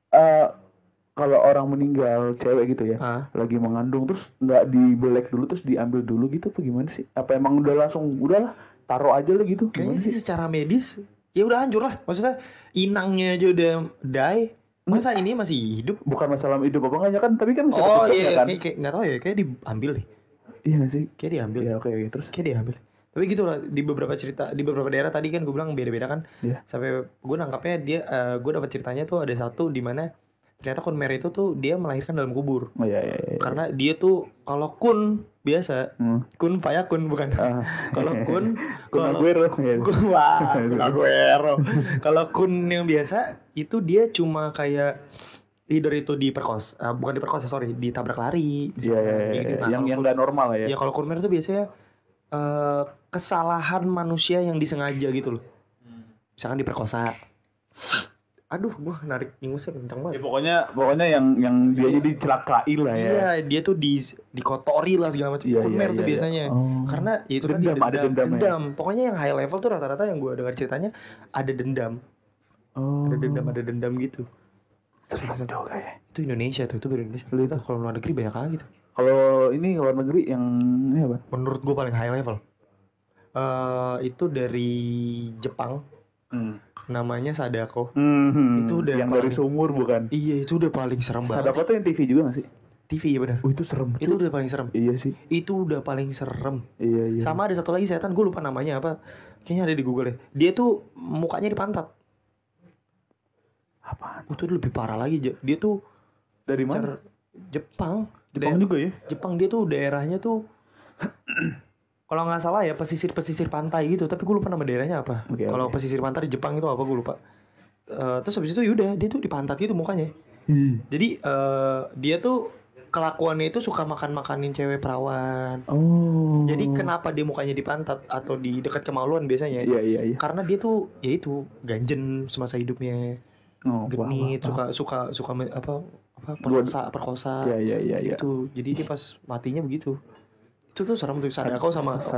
Speaker 2: kalau orang meninggal cewek gitu ya, lagi mengandung terus nggak dibelek dulu terus diambil dulu gitu apa gimana sih? Apa emang udah langsung udahlah taruh aja lah gitu?
Speaker 3: Kayaknya sih secara medis ya udah hancur lah. Maksudnya inangnya aja udah die. Masa ini masih hidup?
Speaker 2: Bukan masalah hidup apa enggaknya kan, tapi kan bisa
Speaker 3: oh
Speaker 2: ketutup
Speaker 3: iya,
Speaker 2: ya kan?
Speaker 3: kayak nggak tahu ya, kayak diambil deh.
Speaker 2: Iya nggak sih?
Speaker 3: Kayak diambil.
Speaker 2: Ya oke terus.
Speaker 3: Kayak diambil. Tapi gitu lah, di beberapa cerita, di beberapa daerah tadi kan gue bilang beda-beda kan.
Speaker 2: Iya.
Speaker 3: Sampai gue nangkapnya gue dapat ceritanya tuh ada satu di mana ternyata Kunmer itu tuh dia melahirkan dalam kubur.
Speaker 2: Oh iya.
Speaker 3: Karena dia tuh kalau kun biasa, kun fayakun bukan. Kalau kun
Speaker 2: Aguero.
Speaker 3: wah, kun Aguero. Kalau kun yang biasa itu dia cuma kayak leader itu bukan diperkosa, ditabrak lari.
Speaker 2: Iya. Yang nggak normal ya.
Speaker 3: Ya kalau Kunmer itu biasanya kesalahan manusia yang disengaja gitu loh. Misalkan diperkosa. Aduh, gua narik ingusnya kencang banget.
Speaker 2: Ya pokoknya yang dia jadi celakain lah ya.
Speaker 3: Iya, dia tuh dikotori lah segala macam. Kunmer tuh biasanya. Karena ya itu kan
Speaker 2: ada dendam.
Speaker 3: Pokoknya yang high level tuh rata-rata yang gua dengar ceritanya ada dendam. Ada dendam gitu. Itu Indonesia tuh, itu Indonesia. Itu kalau luar negeri banyak lagi tuh.
Speaker 2: Kalau ini luar negeri yang ini apa?
Speaker 3: Menurut gua paling high level. Itu dari Jepang. Namanya Sadako. Itu udah
Speaker 2: yang dari sumur bukan?
Speaker 3: Iya, itu udah paling serem banget.
Speaker 2: Sadako tuh yang TV juga gak sih?
Speaker 3: TV ya benar.
Speaker 2: Oh itu serem.
Speaker 3: Itu udah paling serem.
Speaker 2: Iya sih.
Speaker 3: Itu udah paling serem.
Speaker 2: Iya.
Speaker 3: Sama ada satu lagi setan, gue lupa namanya apa. Kayaknya ada di Google deh. Dia tuh mukanya di pantat.
Speaker 2: Apaan?
Speaker 3: Itu lebih parah lagi. Dia tuh
Speaker 2: dari mana?
Speaker 3: Jepang
Speaker 2: juga ya?
Speaker 3: Jepang, dia tuh daerahnya tuh kalau nggak salah ya pesisir pantai gitu, tapi gue lupa nama daerahnya apa. Kalau pesisir pantai di Jepang itu apa gue lupa. Terus habis itu yaudah dia tuh di pantat gitu mukanya. Jadi dia tuh kelakuannya itu suka makanin cewek perawan. Jadi kenapa dia mukanya di pantat atau di dekat kemaluan biasanya?
Speaker 2: Iya.
Speaker 3: Karena dia tuh ya itu ganjen semasa hidupnya. Genit, suka perkosa.
Speaker 2: Iya.
Speaker 3: Gitu. Jadi dia pas matinya begitu. Itu tuh serem tuh. Sadako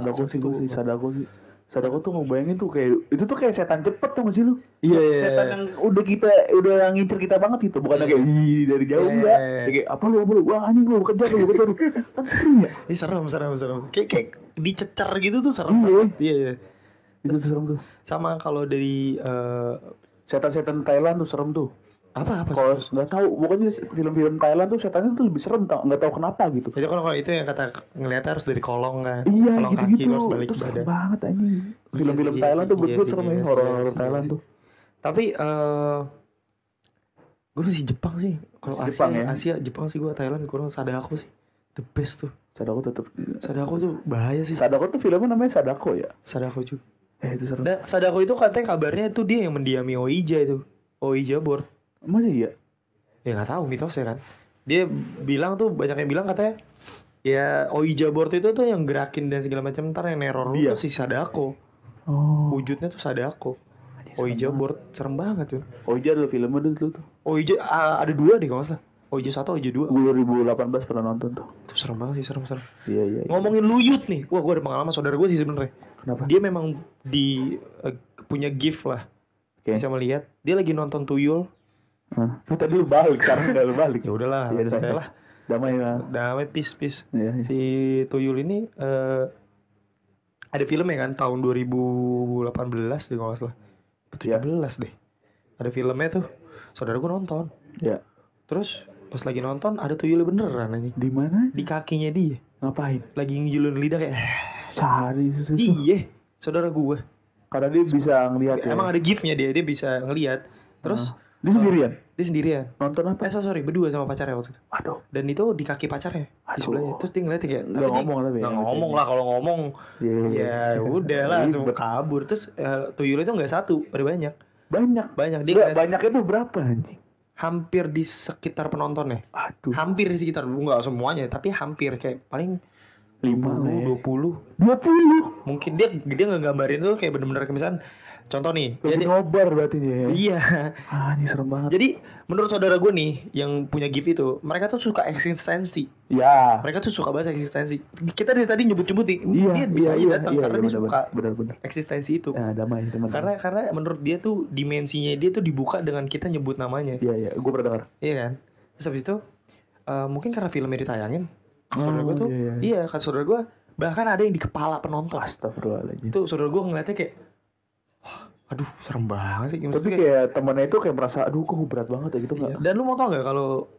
Speaker 3: tuh ngebayangin tuh kayak itu tuh kayak setan cepet tuh gak sih lu?
Speaker 2: Iya.
Speaker 3: Setan
Speaker 2: yang udah ngincer kita banget gitu, bukan kayak dari jauh enggak. Kayak apa lu? Wah anjing lu kejar. Kan serem ya?
Speaker 3: Ini serem. Kayak dicecar gitu tuh serem. Iya.
Speaker 2: Itu serem tuh.
Speaker 3: Sama kalau dari
Speaker 2: setan-setan Thailand tuh serem tuh.
Speaker 3: Apa?
Speaker 2: Kalau nggak tahu, pokoknya film-film Thailand tuh setannya tuh lebih serem, nggak tahu kenapa gitu.
Speaker 3: Itu kalau itu yang kata ngeliatnya harus dari kolong kan.
Speaker 2: Iya,
Speaker 3: kolong
Speaker 2: gitu,
Speaker 3: kaki harus balik
Speaker 2: itu serem
Speaker 3: badan.
Speaker 2: banget anjing. Film-film Thailand tuh betul serem ya, horor Thailand tuh.
Speaker 3: Tapi gue masih Jepang sih. Kalau Asia Jepang sih gue. Thailand kurang. Sadako sih the best tuh. Sadako tuh bahaya sih.
Speaker 2: Sadako tuh filmnya namanya Sadako ya.
Speaker 3: Sadako juga.
Speaker 2: Itu serem.
Speaker 3: Sadako itu katanya kabarnya tuh dia yang mendiami Oija itu. Oija board.
Speaker 2: Masa iya?
Speaker 3: Ya nggak tahu mitosnya kan. Dia bilang tuh, banyak yang bilang katanya ya Oija board itu tuh yang gerakin dan segala macam, ntar yang neror lu tuh si Sadako. Wujudnya tuh Sadako. Oija board serem banget tuh.
Speaker 2: Oija ada filmnya dulu tuh.
Speaker 3: Oija ada 2 deh kalau nggak salah. Oija 1, Oija 2.
Speaker 2: 2018 pernah nonton tuh.
Speaker 3: Itu serem banget sih, serem.
Speaker 2: Iya.
Speaker 3: Ngomongin Luyut nih, wah gue ada pengalaman saudara gue sih sebenarnya.
Speaker 2: Kenapa?
Speaker 3: Dia memang punya gift lah. Bisa melihat dia lagi nonton tuyul.
Speaker 2: Tadi lu balik, sekarang udah lu balik.
Speaker 3: Ya udahlah, lah. Damai peace.
Speaker 2: Iya.
Speaker 3: Si tuyul ini ada filmnya kan tahun 2018 deh kalau nggak salah. 17 deh. Ada filmnya tuh. Saudara gue nonton.
Speaker 2: Iya.
Speaker 3: Terus pas lagi nonton ada tuyul beneran anjing.
Speaker 2: Di mana?
Speaker 3: Di kakinya dia.
Speaker 2: Ngapain?
Speaker 3: Lagi ngijulun lidah kayak
Speaker 2: sehari itu.
Speaker 3: Iya, saudara gue.
Speaker 2: Karena dia bisa ngelihat ya.
Speaker 3: Emang ada giftnya dia bisa ngelihat. Terus
Speaker 2: Dia sendirian?
Speaker 3: Dia sendirian.
Speaker 2: Nonton apa?
Speaker 3: Sorry, berdua sama pacarnya waktu itu.
Speaker 2: Aduh.
Speaker 3: Dan itu di kaki pacarnya, di sebelahnya. Terus dia ngeliat kayak
Speaker 2: Nggak ngomong tapi ya.
Speaker 3: Nggak ngomong lah, kalau ngomong ya udah lah langsung
Speaker 2: Ribet.
Speaker 3: kabur. Terus tuyul itu nggak satu, ada banyak.
Speaker 2: Banyak.
Speaker 3: Dia ngeliat
Speaker 2: Banyaknya tuh berapa anjing?
Speaker 3: hampir di sekitar penontonnya.
Speaker 2: Aduh.
Speaker 3: Hampir di sekitar, nggak semuanya, tapi hampir kayak paling
Speaker 2: 5
Speaker 3: 20. Mungkin dia nggak gambarin tuh kayak bener-bener kayak misalkan contoh nih,
Speaker 2: Lebih nobar berarti dia ya?
Speaker 3: iya.
Speaker 2: Ini serem banget.
Speaker 3: Jadi menurut saudara gue nih yang punya GIF itu, mereka tuh suka eksistensi.
Speaker 2: Ya.
Speaker 3: Mereka tuh suka banget eksistensi. Kita dari tadi nyebut-nyebut nih,
Speaker 2: Iya,
Speaker 3: dia bisa aja datang karena dia suka
Speaker 2: benar.
Speaker 3: eksistensi itu.
Speaker 2: Damai teman.
Speaker 3: Karena menurut dia tuh dimensinya dia tuh dibuka dengan kita nyebut namanya.
Speaker 2: Iya, gue pernah dengar.
Speaker 3: Iya kan? Terus habis itu mungkin karena filmnya ditayangin, saudara gue tuh, iya kan saudara gue bahkan ada yang di kepala penonton.
Speaker 2: Astagfirullahaladzim.
Speaker 3: Itu saudara gue ngeliatnya kayak, aduh serem banget sih.
Speaker 2: Tapi kayak temennya itu kayak merasa, aduh kok berat banget ya gitu nggak?
Speaker 3: Iya. Dan lu mau tau nggak kalau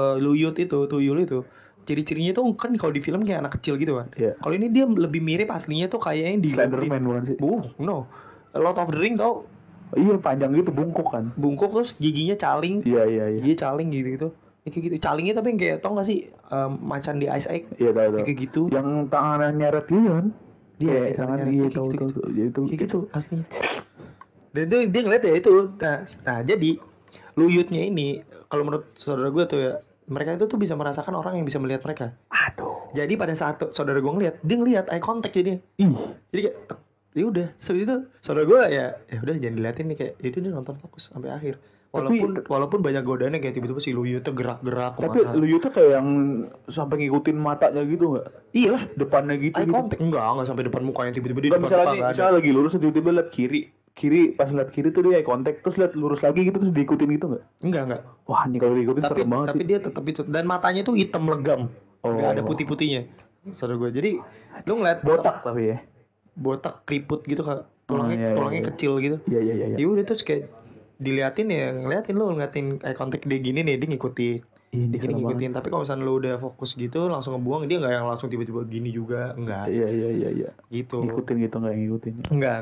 Speaker 3: tuyul itu ciri-cirinya tuh kan kalau di film kayak anak kecil gitu kan.
Speaker 2: Iya.
Speaker 3: Kalau ini dia lebih mirip aslinya tuh kayaknya di
Speaker 2: Slenderman bukan sih?
Speaker 3: No. Lord of the Ring tau,
Speaker 2: Iya panjang gitu, bungkuk kan?
Speaker 3: bungkuk terus giginya caling.
Speaker 2: Iya.
Speaker 3: Giginya caling gitu. Ya, kayak gitu. Calingnya tapi yang kayak tau nggak sih macan di Ice Egg.
Speaker 2: Iya tahu.
Speaker 3: Kayak gitu.
Speaker 2: Yang tangannya nyeret gitu kan?
Speaker 3: Dia
Speaker 2: Kayak tangan dia tahu. Itu
Speaker 3: kayak gitu aslinya. Dan dia ngeliat ya itu. Nah jadi Luyutnya ini kalau menurut saudara gue tuh ya, mereka itu tuh bisa merasakan orang yang bisa melihat mereka.
Speaker 2: Aduh.
Speaker 3: Jadi pada saat saudara gue ngeliat, dia ngeliat eye contact jadi. Jadi kayak ya udah, setelah itu saudara gue ya udah jangan diliatin nih, kayak itu dia nonton fokus sampai akhir. Walaupun banyak godaannya kayak tiba-tiba si Luyu tuh gerak-gerak
Speaker 2: tapi
Speaker 3: kemana.
Speaker 2: Luyu tuh kayak yang sampai ngikutin matanya gitu nggak?
Speaker 3: Iya lah,
Speaker 2: Depannya gitu.
Speaker 3: eye contact enggak sampai depan mukanya tiba-tiba di depan
Speaker 2: Misalnya,
Speaker 3: muka
Speaker 2: lagi lurus tiba-tiba lihat kiri pas lihat kiri tuh dia eye contact, terus lihat lurus lagi gitu terus diikutin gitu nggak?
Speaker 3: Enggak.
Speaker 2: Wah ini kalau diikutin serem banget
Speaker 3: Tapi
Speaker 2: sih.
Speaker 3: dia tetap itu, dan matanya tuh hitam legam. Enggak ada putih-putihnya. Saudara gue. Jadi lu ngeliat
Speaker 2: botak tapi ya.
Speaker 3: Botak keriput gitu kan. Tulangnya kecil gitu.
Speaker 2: Iya.
Speaker 3: Ya udah terus kayak diliatin ya, ngeliatin eye contact dia gini nih, dia ngikutin. Dia gini ngikutin. Tapi kalau misalnya lu udah fokus gitu langsung ngebuang, dia enggak yang langsung tiba-tiba gini juga, enggak.
Speaker 2: Iya.
Speaker 3: Gitu.
Speaker 2: Ngikutin gitu enggak ngikutin.
Speaker 3: Enggak.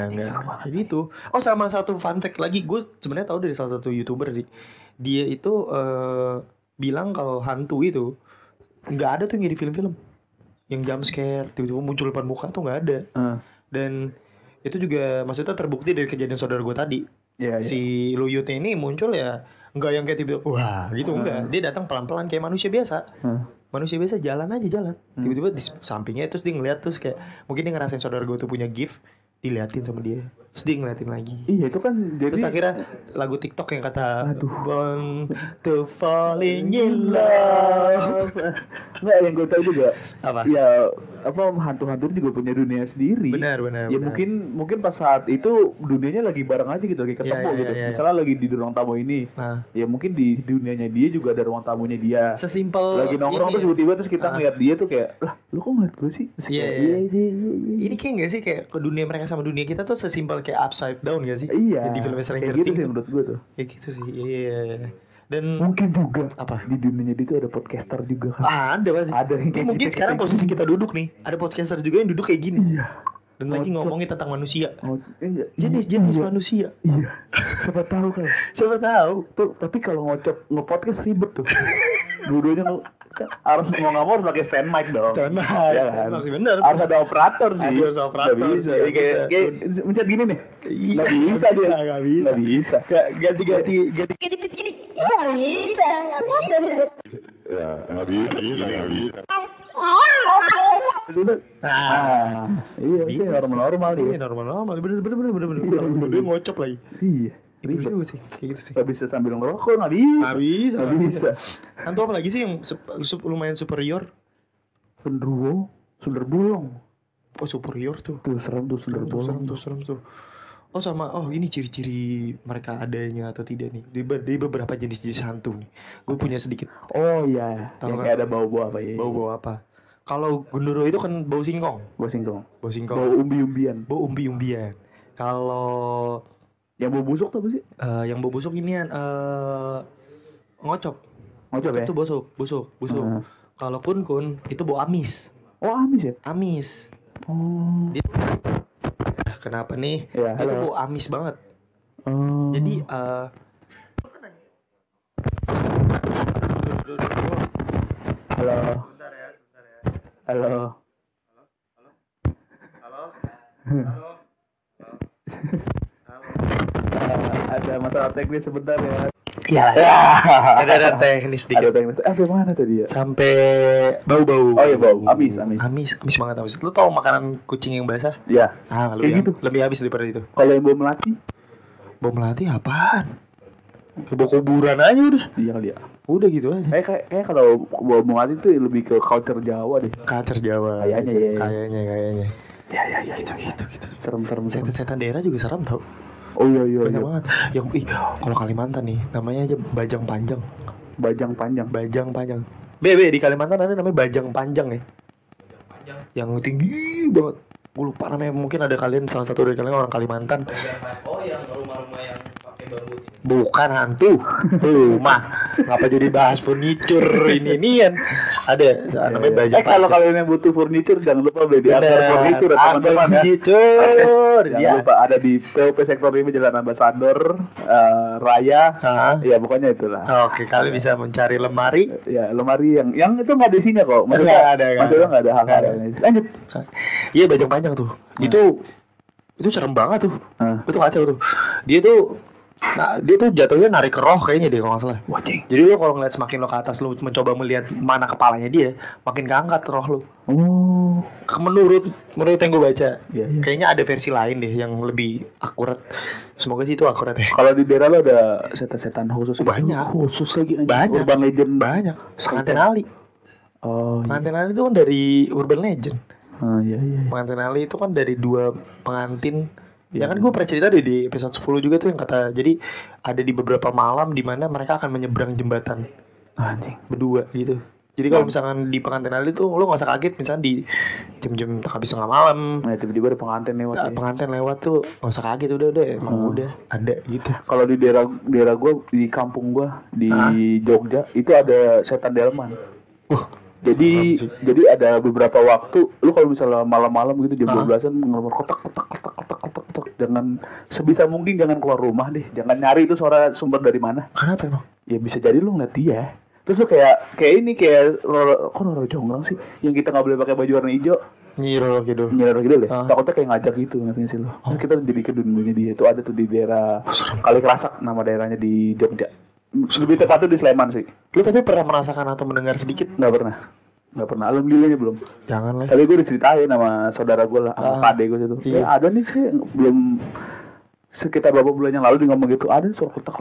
Speaker 3: Gitu. Oh, sama satu fun fact lagi, gue sebenarnya tahu dari salah satu YouTuber sih. Dia itu bilang kalau hantu itu enggak ada tuh yang di film-film. Yang jump scare tiba-tiba muncul depan muka tuh enggak ada. Dan itu juga maksudnya terbukti dari kejadian saudara gue tadi. Si Luyutnya ini muncul ya enggak yang kayak tiba-tiba wah gitu, enggak. Dia datang pelan-pelan kayak manusia biasa. Manusia biasa jalan. Tiba-tiba di sampingnya terus dia ngeliat, terus kayak mungkin dia ngerasain saudara gue tuh punya gift, diliatin sama dia. Terus dia ngeliatin lagi.
Speaker 2: Iya itu kan jadi.
Speaker 3: Terus akhirnya lagu TikTok yang kata Born to falling in love.
Speaker 2: Enggak, yang gue tahu juga
Speaker 3: Apa?
Speaker 2: ya hantu-hantu juga punya dunia sendiri.
Speaker 3: Benar.
Speaker 2: Ya mungkin pas saat itu dunianya lagi bareng aja gitu, lagi ketemu gitu. Misalnya lagi di ruang tamu ini. Ya mungkin di dunianya dia juga ada ruang tamunya dia.
Speaker 3: Sesimpel
Speaker 2: lagi nongkrong terus tiba-tiba terus kita ngeliat dia tuh kayak, lah lu kok ngeliat gue sih?
Speaker 3: Iya. Ini kayak nggak sih kayak ke dunia mereka sama dunia kita tuh sesimpel kayak upside down gak sih?
Speaker 2: Iya.
Speaker 3: Di film Stranger
Speaker 2: Things gitu
Speaker 3: Things
Speaker 2: sih menurut gue tuh.
Speaker 3: Kayak gitu sih. Iya. Dan
Speaker 2: mungkin juga
Speaker 3: apa?
Speaker 2: Di dunianya dia tuh ada podcaster juga kan.
Speaker 3: Ada pasti.
Speaker 2: Ada yang kayak
Speaker 3: mungkin
Speaker 2: gitu,
Speaker 3: sekarang
Speaker 2: kayak
Speaker 3: posisi kita duduk nih, ada podcaster juga yang duduk kayak gini.
Speaker 2: Iya.
Speaker 3: Dan lagi ngomongin tentang manusia.
Speaker 2: Jenis
Speaker 3: manusia.
Speaker 2: Iya. Siapa tahu kan.
Speaker 3: Siapa tahu.
Speaker 2: Tuh, tapi kalau nge-podcast ribet tuh. Dua-duanya harus mau nggak mau harus pakai stand mic dong.
Speaker 3: Stand mic.
Speaker 2: Ya kan?
Speaker 3: Harus bener.
Speaker 2: Harus ada operator sih.
Speaker 3: Harus operator.
Speaker 2: Nggak bisa. Kayak mencet gini nih. Nggak bisa dia.
Speaker 3: Nggak bisa.
Speaker 2: Nggak bisa.
Speaker 3: Ganti.
Speaker 6: Nggak bisa.
Speaker 5: Ya, nggak bisa.
Speaker 2: Iya sih normal dia.
Speaker 3: Iya normal. Bener. Dia ngocop lagi.
Speaker 2: Iya.
Speaker 3: Ribet sih, kayak gitu sih.
Speaker 2: Gak bisa sambil ngerokok, gak bisa.
Speaker 3: Nggak bisa. Hantu apa lagi sih yang lumayan superior?
Speaker 2: Sundar bolong.
Speaker 3: Oh superior tuh.
Speaker 2: Tuh serem tuh sundar bolong.
Speaker 3: Serem tuh. Oh sama, ini ciri-ciri mereka adanya atau tidak nih di beberapa jenis-jenis hantu nih. Gue punya sedikit.
Speaker 2: Oh iya. Yang kayak ada bau-bau apa ya?
Speaker 3: Bau-bau apa? Kalau Gundurwo itu kan bau singkong.
Speaker 2: Bau singkong.
Speaker 3: Bau
Speaker 2: umbi-umbian.
Speaker 3: Bau umbi-umbian. Kalau
Speaker 2: yang bau busuk tuh apa sih?
Speaker 3: Yang bau busuk inian ngocop ya? Itu busuk. Kalau kun itu bau amis.
Speaker 2: Oh amis ya?
Speaker 3: Amis.
Speaker 2: Oh.
Speaker 3: Kenapa nih?
Speaker 2: Ya,
Speaker 3: itu bau amis banget.
Speaker 2: Oh.
Speaker 3: Jadi
Speaker 2: Halo.
Speaker 3: Sebentar ya.
Speaker 2: Halo. Ada masalah teknis sebentar ya.
Speaker 3: Ya. Ada teknis
Speaker 2: Ada
Speaker 3: dikit.
Speaker 2: teknis. Mana tadi ya?
Speaker 3: Sampai bau-bau.
Speaker 2: Oh iya bau. Amis.
Speaker 3: Amis banget amis. Lu tau makanan kucing yang basah?
Speaker 2: Ya.
Speaker 3: Ah,
Speaker 2: Kayak gitu.
Speaker 3: Lebih habis daripada itu.
Speaker 2: Kalau yang bau melati?
Speaker 3: Bau melati apaan? Bau kuburan aja udah.
Speaker 2: Iya kali ya.
Speaker 3: Udah gitu aja.
Speaker 2: Kayak kalau bau melati itu lebih ke culture Jawa deh.
Speaker 3: Culture Jawa.
Speaker 2: Kayaknya ya.
Speaker 3: Kayaknya.
Speaker 2: Ya.
Speaker 3: Gitu.
Speaker 2: Serem.
Speaker 3: Setan daerah juga serem tau.
Speaker 2: Oh iya.
Speaker 3: Banyak banget. Yang kalau Kalimantan nih namanya aja Bajang Panjang.
Speaker 2: Bajang panjang.
Speaker 3: Di Kalimantan ada namanya Bajang Panjang ya. Yang tinggi banget. Gue lupa namanya, mungkin ada kalian, salah satu dari kalian orang Kalimantan.
Speaker 7: Oh, yang rumah-rumah yang pakai bambu ini.
Speaker 3: Bukan hantu, rumah. Ngapa jadi bahas furniture ini-inian? Ada namanya Bajang
Speaker 2: Kalau
Speaker 3: Panjang.
Speaker 2: kalian yang butuh furniture jangan lupa beli di Akar Furniture ya, teman-teman ya.
Speaker 3: Furniture.
Speaker 2: Jangan lupa ada di POP Sektor 5 Jalan Ambassador Raya. Ya pokoknya itulah.
Speaker 3: Oke, kalian bisa mencari lemari.
Speaker 2: Ya lemari yang itu nggak ada isinya kok. Maksudnya nggak ada hal-hal. Lanjut.
Speaker 3: Iya, Bajang Panjang tuh. Itu serem banget tuh. Itu kacau tuh. Dia tuh jatuhnya narik roh kayaknya deh kalau nggak salah.
Speaker 2: Wajing.
Speaker 3: Jadi lo kalau ngeliat semakin lo ke atas, lo mencoba melihat mana kepalanya dia, makin keangkat roh lo.
Speaker 2: Oh.
Speaker 3: Menurut yang gue baca,
Speaker 2: Iya.
Speaker 3: kayaknya ada versi lain deh yang lebih akurat. Semoga sih itu akurat ya.
Speaker 2: Kalau di daerah lo ada setan-setan khusus?
Speaker 3: Banyak.
Speaker 2: Khusus lagi.
Speaker 3: Banyak.
Speaker 2: Urban legend.
Speaker 3: Banyak. Pengantin Ali.
Speaker 2: Oh.
Speaker 3: Pengantin Ali itu kan dari urban legend.
Speaker 2: Iya.
Speaker 3: Pengantin Ali itu kan dari dua pengantin. Ya kan gue pernah cerita di episode 10 juga tuh yang kata, jadi ada di beberapa malam di mana mereka akan menyeberang jembatan.
Speaker 2: Anjing.
Speaker 3: Berdua gitu. Jadi kalau misalkan di pengantin Ali tuh lo gak usah kaget misalnya di jam-jam habis tengah malam.
Speaker 2: Nah tiba-tiba ada pengantin lewat. Ya.
Speaker 3: Pengantin lewat tuh gak usah kaget, udah emang udah ada gitu.
Speaker 2: Kalau di daerah gue, di kampung gue di Jogja itu ada setan delman. Jadi ada beberapa waktu lu kalau misalnya malam-malam gitu jam 12-an ngelamar kotak. Jangan sebisa mungkin jangan keluar rumah deh. Jangan nyari itu suara sumber dari mana.
Speaker 3: Kenapa emang?
Speaker 2: Ya bisa jadi lu ngeliat dia. Terus lu kayak Roro Jonggrang sih yang kita nggak boleh pakai baju warna hijau.
Speaker 3: Nyiro gitu
Speaker 2: deh. Takutnya kayak ngajak gitu ngerti sih lo. Terus kita jadi ke dunianya dia. Itu ada tuh di daerah Kalikrasak nama daerahnya di Jogja. Lebih tepatnya di Sleman sih.
Speaker 3: Lu tapi pernah merasakan atau mendengar sedikit?
Speaker 2: Nggak pernah. Alhamdulillahnya belum.
Speaker 3: Jangan lah.
Speaker 2: Tapi gue diceritain sama saudara gue lah, sama adek gue itu.
Speaker 3: Iya.
Speaker 2: Ya ada nih sih belum sekitar beberapa bulan yang lalu dia ngomong gitu. Ada suara ketek.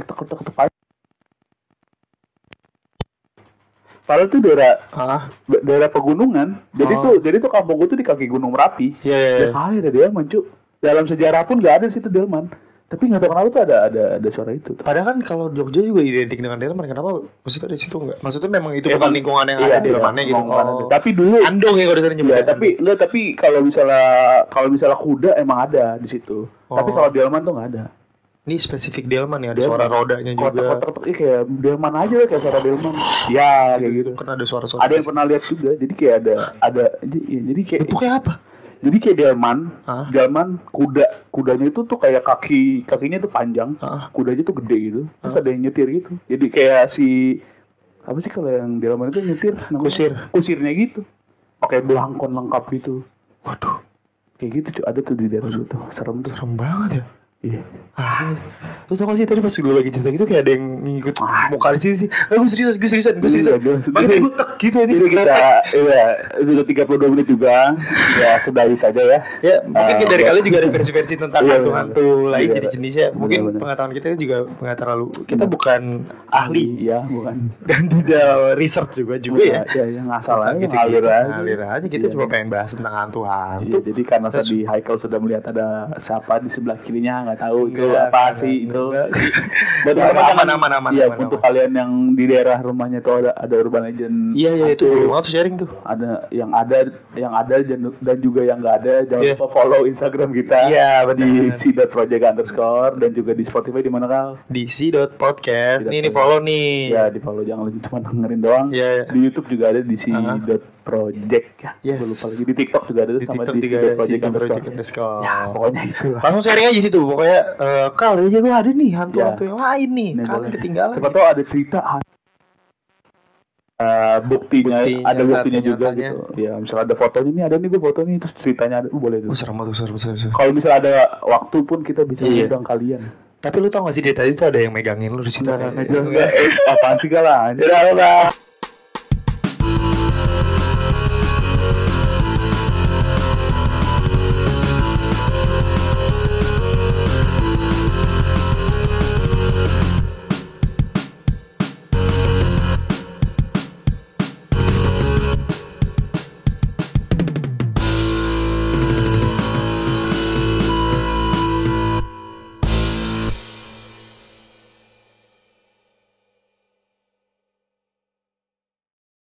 Speaker 2: Padahal itu daerah pegunungan. Jadi tuh kampung gue tuh di kaki Gunung Merapi.
Speaker 3: Iya.
Speaker 2: Ya kali ada Delman cu. Dalam sejarah pun nggak ada di situ Delman. Tapi nggak tahu kenapa tuh ada suara itu.
Speaker 3: Padahal kan kalau Jogja juga identik dengan Delman, kenapa maksudnya di situ enggak? Maksudnya memang itu bukan lingkungan yang ada Delmannya gitu.
Speaker 2: Tapi dulu
Speaker 3: Andong ya kalau disini nyebutnya.
Speaker 2: Tapi kalau misalnya kuda emang ada di situ. Tapi kalau Delman tuh nggak ada.
Speaker 3: Ini spesifik Delman ya, ada suara rodanya juga.
Speaker 2: Kotak-kotak kayak Delman aja lah, kayak suara Delman. Ya kayak gitu.
Speaker 3: Kan ada suara-suara.
Speaker 2: Ada yang pernah lihat juga. Jadi kayak ada jadi kayak
Speaker 3: bentuknya apa?
Speaker 2: Jadi kayak delman kudanya itu tuh kayak kakinya tuh panjang, kudanya tuh gede gitu. Terus ada yang nyetir gitu. Jadi kayak apa sih kalau yang delman itu nyetir? Kusirnya gitu. Pakai belangkon lengkap gitu. Waduh. Kayak gitu ada tuh di daerah situ. Serem banget ya. Iya.
Speaker 3: Asli. Terus tau gak sih tadi pas gue lagi cerita gitu kayak ada yang ngikut muka di sini sih. Gue seriusan. Makanya gue tek gitu aja.
Speaker 2: Jadi kita sudah 32 menit juga. Ya sudahi saja ya.
Speaker 3: Ya mungkin dari kalian juga ada versi-versi tentang hantu-hantu lain jenis-jenisnya. Mungkin pengetahuan kita juga nggak terlalu. Kita bukan ahli.
Speaker 2: Iya bukan.
Speaker 3: Dan tidak research juga ya.
Speaker 2: Ya ngasal aja.
Speaker 3: Gitu, ngalir aja. Kita cuma pengen bahas tentang hantu-hantu.
Speaker 2: Jadi karena tadi Haikal sudah melihat ada siapa di sebelah kirinya. Nggak tahu itu apa sih itu.
Speaker 3: Aman.
Speaker 2: Iya untuk kalian yang di daerah rumahnya tuh ada urban legend.
Speaker 3: Iya itu belum tuh sharing tuh.
Speaker 2: Ada yang ada dan juga yang nggak ada. Jangan lupa follow Instagram kita.
Speaker 3: Iya
Speaker 2: di c.project_ dan juga di Spotify di mana Kal?
Speaker 3: Di c.podcast. Ini follow nih.
Speaker 2: Ya di follow, jangan cuma dengerin doang.
Speaker 3: Iya.
Speaker 2: Di YouTube juga ada di c.project ya.
Speaker 3: Yes.
Speaker 2: Lupa lagi di TikTok juga ada sama di
Speaker 3: c.project_.
Speaker 2: Ya pokoknya itu.
Speaker 3: Langsung sharing aja situ. Pokoknya Kal aja gue ada nih hantu-hantu yang lain nih. Kalian ketinggalan.
Speaker 2: Siapa tahu ada cerita buktinya ada buktinya juga
Speaker 3: nyatanya.
Speaker 2: gitu. Ya misalnya ada fotonya nih, ada nih gue foto nih, terus ceritanya ada, boleh tuh.
Speaker 3: Serem banget, serem.
Speaker 2: Kalau misalnya ada waktu pun kita bisa undang kalian.
Speaker 3: Tapi lu tau gak sih dia tadi tuh ada yang megangin lu di situ.
Speaker 2: Apaan sih kalah?